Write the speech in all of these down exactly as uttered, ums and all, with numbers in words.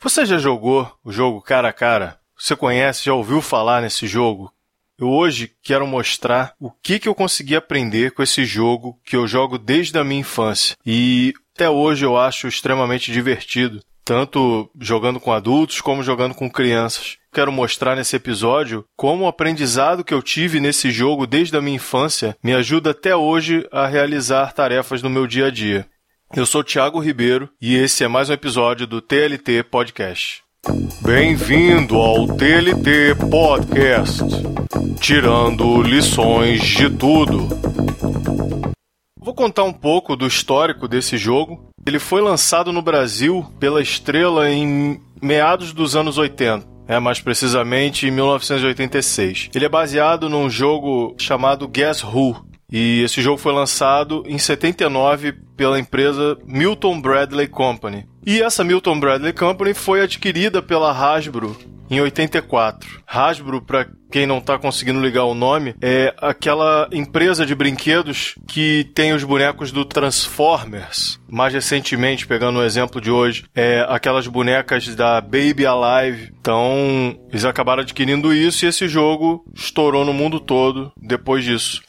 Você já jogou o jogo Cara a Cara? Você conhece, já ouviu falar nesse jogo? Eu hoje quero mostrar o que, que eu consegui aprender com esse jogo que eu jogo desde a minha infância. E até hoje eu acho extremamente divertido, tanto jogando com adultos como jogando com crianças. Quero mostrar nesse episódio como o aprendizado que eu tive nesse jogo desde a minha infância me ajuda até hoje a realizar tarefas no meu dia a dia. Eu sou Thiago Ribeiro e esse é mais um episódio do T L T Podcast. Bem-vindo ao T L T Podcast, tirando lições de tudo. Vou contar um pouco do histórico desse jogo. Ele foi lançado no Brasil pela Estrela em meados dos anos oitenta. É, mais precisamente em mil novecentos e oitenta e seis. Ele é baseado num jogo chamado Guess Who. E esse jogo foi lançado em setenta e nove pela empresa Milton Bradley Company. E essa Milton Bradley Company foi adquirida pela Hasbro em oitenta e quatro. Hasbro, para quem não está conseguindo ligar o nome, é aquela empresa de brinquedos que tem os bonecos do Transformers. Mais recentemente, pegando o exemplo de hoje, é aquelas bonecas da Baby Alive. Então, eles acabaram adquirindo isso e esse jogo estourou no mundo todo depois disso.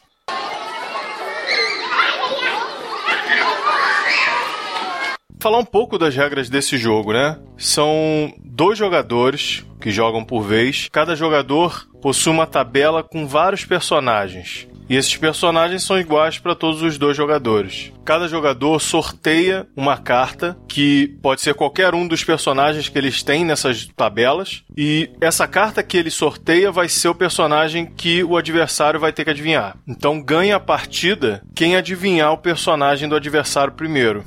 Falar um pouco das regras desse jogo, né? São dois jogadores que jogam por vez. Cada jogador possui uma tabela com vários personagens. E esses personagens são iguais para todos os dois jogadores. Cada jogador sorteia uma carta que pode ser qualquer um dos personagens que eles têm nessas tabelas. E essa carta que ele sorteia vai ser o personagem que o adversário vai ter que adivinhar. Então ganha a partida quem adivinhar o personagem do adversário primeiro.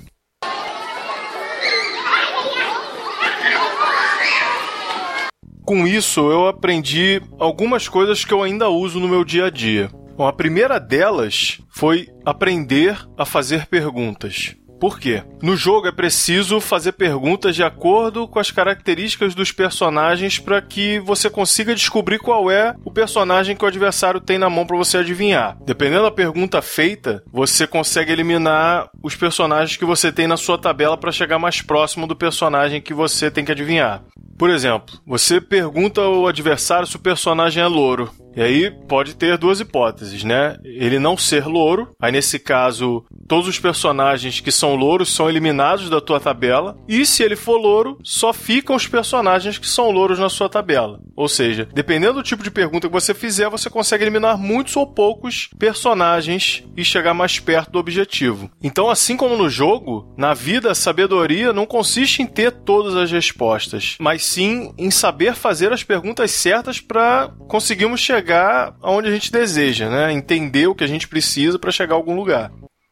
Com isso, eu aprendi algumas coisas que eu ainda uso no meu dia a dia. Bom, a primeira delas foi aprender a fazer perguntas. Por quê? No jogo é preciso fazer perguntas de acordo com as características dos personagens para que você consiga descobrir qual é o personagem que o adversário tem na mão para você adivinhar. Dependendo da pergunta feita, você consegue eliminar os personagens que você tem na sua tabela para chegar mais próximo do personagem que você tem que adivinhar. Por exemplo, você pergunta ao adversário se o personagem é louro. E aí pode ter duas hipóteses, né? Ele não ser louro, aí nesse caso todos os personagens que são louros são eliminados da tua tabela, e se ele for louro, só ficam os personagens que são louros na sua tabela. Ou seja, dependendo do tipo de pergunta que você fizer, você consegue eliminar muitos ou poucos personagens e chegar mais perto do objetivo. Então, assim como no jogo, na vida a sabedoria não consiste em ter todas as respostas, mas sim em saber fazer as perguntas certas para conseguirmos chegar chegar aonde a gente deseja, né? Entender o que a gente precisa para chegar a algum lugar.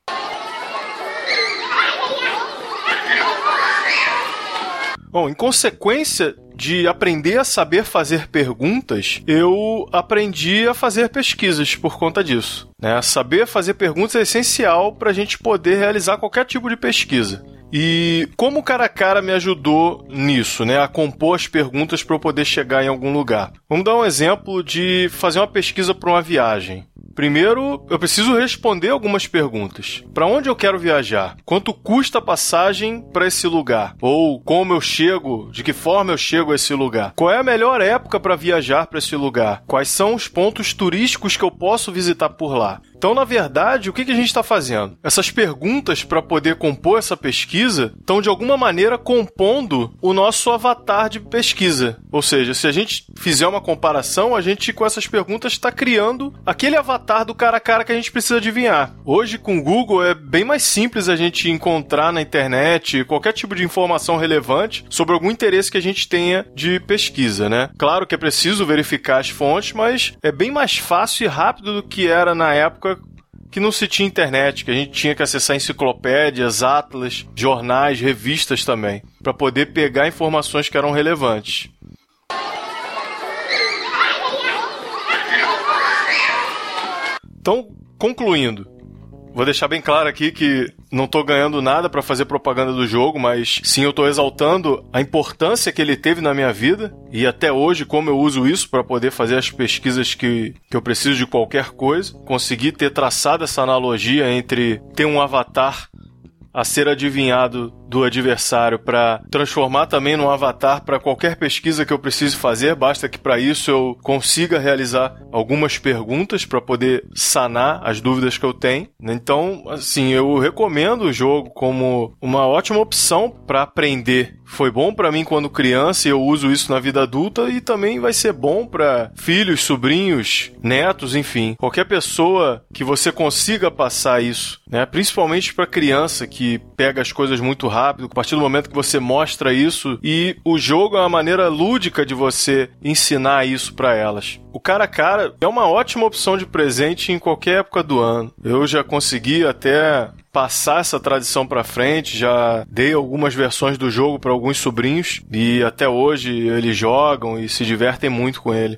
Bom, em consequência de aprender a saber fazer perguntas, eu aprendi a fazer pesquisas por conta disso, né? Saber fazer perguntas é essencial para a gente poder realizar qualquer tipo de pesquisa. E como o Cara a Cara me ajudou nisso, né, a compor as perguntas para eu poder chegar em algum lugar? Vamos dar um exemplo de fazer uma pesquisa para uma viagem. Primeiro, eu preciso responder algumas perguntas. Para onde eu quero viajar? Quanto custa a passagem para esse lugar? Ou como eu chego? De que forma eu chego a esse lugar? Qual é a melhor época para viajar para esse lugar? Quais são os pontos turísticos que eu posso visitar por lá? Então, na verdade, o que a gente está fazendo? Essas perguntas para poder compor essa pesquisa estão, de alguma maneira, compondo o nosso avatar de pesquisa. Ou seja, se a gente fizer uma comparação, a gente, com essas perguntas, está criando aquele avatar do cara a cara que a gente precisa adivinhar. Hoje, com o Google, é bem mais simples a gente encontrar na internet qualquer tipo de informação relevante sobre algum interesse que a gente tenha de pesquisa, né? Claro que é preciso verificar as fontes, mas é bem mais fácil e rápido do que era na época que não se tinha internet, que a gente tinha que acessar enciclopédias, atlas, jornais, revistas também, para poder pegar informações que eram relevantes. Então, concluindo, vou deixar bem claro aqui que não estou ganhando nada para fazer propaganda do jogo, mas sim eu estou exaltando a importância que ele teve na minha vida e até hoje como eu uso isso para poder fazer as pesquisas que, que eu preciso de qualquer coisa. Consegui ter traçado essa analogia entre ter um avatar a ser adivinhado do adversário para transformar também num avatar para qualquer pesquisa que eu precise fazer, basta que para isso eu consiga realizar algumas perguntas para poder sanar as dúvidas que eu tenho. Então, assim, eu recomendo o jogo como uma ótima opção para aprender. Foi bom para mim quando criança e eu uso isso na vida adulta e também vai ser bom para filhos, sobrinhos, netos, enfim. Qualquer pessoa que você consiga passar isso, né? Principalmente para criança que pega as coisas muito rápido, a partir do momento que você mostra isso, e o jogo é uma maneira lúdica de você ensinar isso para elas. O cara a cara é uma ótima opção de presente em qualquer época do ano. Eu já consegui até passar essa tradição para frente, já dei algumas versões do jogo para alguns sobrinhos e até hoje eles jogam e se divertem muito com ele.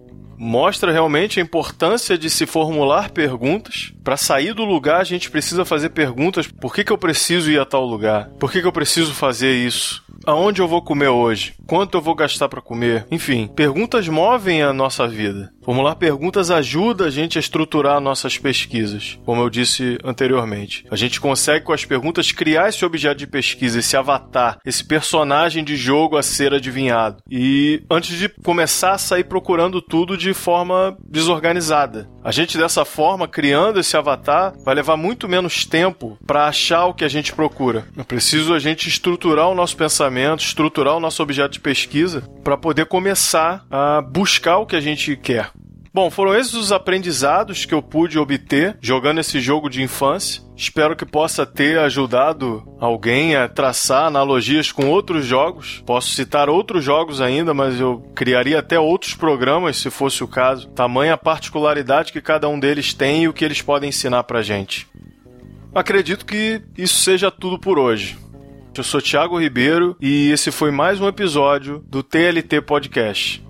Mostra realmente a importância de se formular perguntas. Para sair do lugar, a gente precisa fazer perguntas. Por que que eu preciso ir a tal lugar? Por que que eu preciso fazer isso? Aonde eu vou comer hoje? Quanto eu vou gastar para comer? Enfim, perguntas movem a nossa vida. Formular perguntas ajuda a gente a estruturar nossas pesquisas, como eu disse anteriormente. A gente consegue, com as perguntas, criar esse objeto de pesquisa, esse avatar, esse personagem de jogo a ser adivinhado. E antes de começar a sair procurando tudo de forma desorganizada. A gente, dessa forma, criando esse avatar, vai levar muito menos tempo para achar o que a gente procura. É preciso a gente estruturar o nosso pensamento, estruturar o nosso objeto de pesquisa para poder começar a buscar o que a gente quer. Bom, foram esses os aprendizados que eu pude obter jogando esse jogo de infância. Espero que possa ter ajudado alguém a traçar analogias com outros jogos. Posso citar outros jogos ainda, mas eu criaria até outros programas, se fosse o caso. Tamanha a particularidade que cada um deles tem e o que eles podem ensinar pra gente. Acredito que isso seja tudo por hoje. Eu sou Thiago Ribeiro e esse foi mais um episódio do T L T Podcast.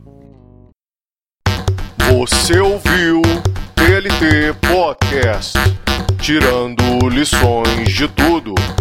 Você ouviu T L T Podcast, tirando lições de tudo.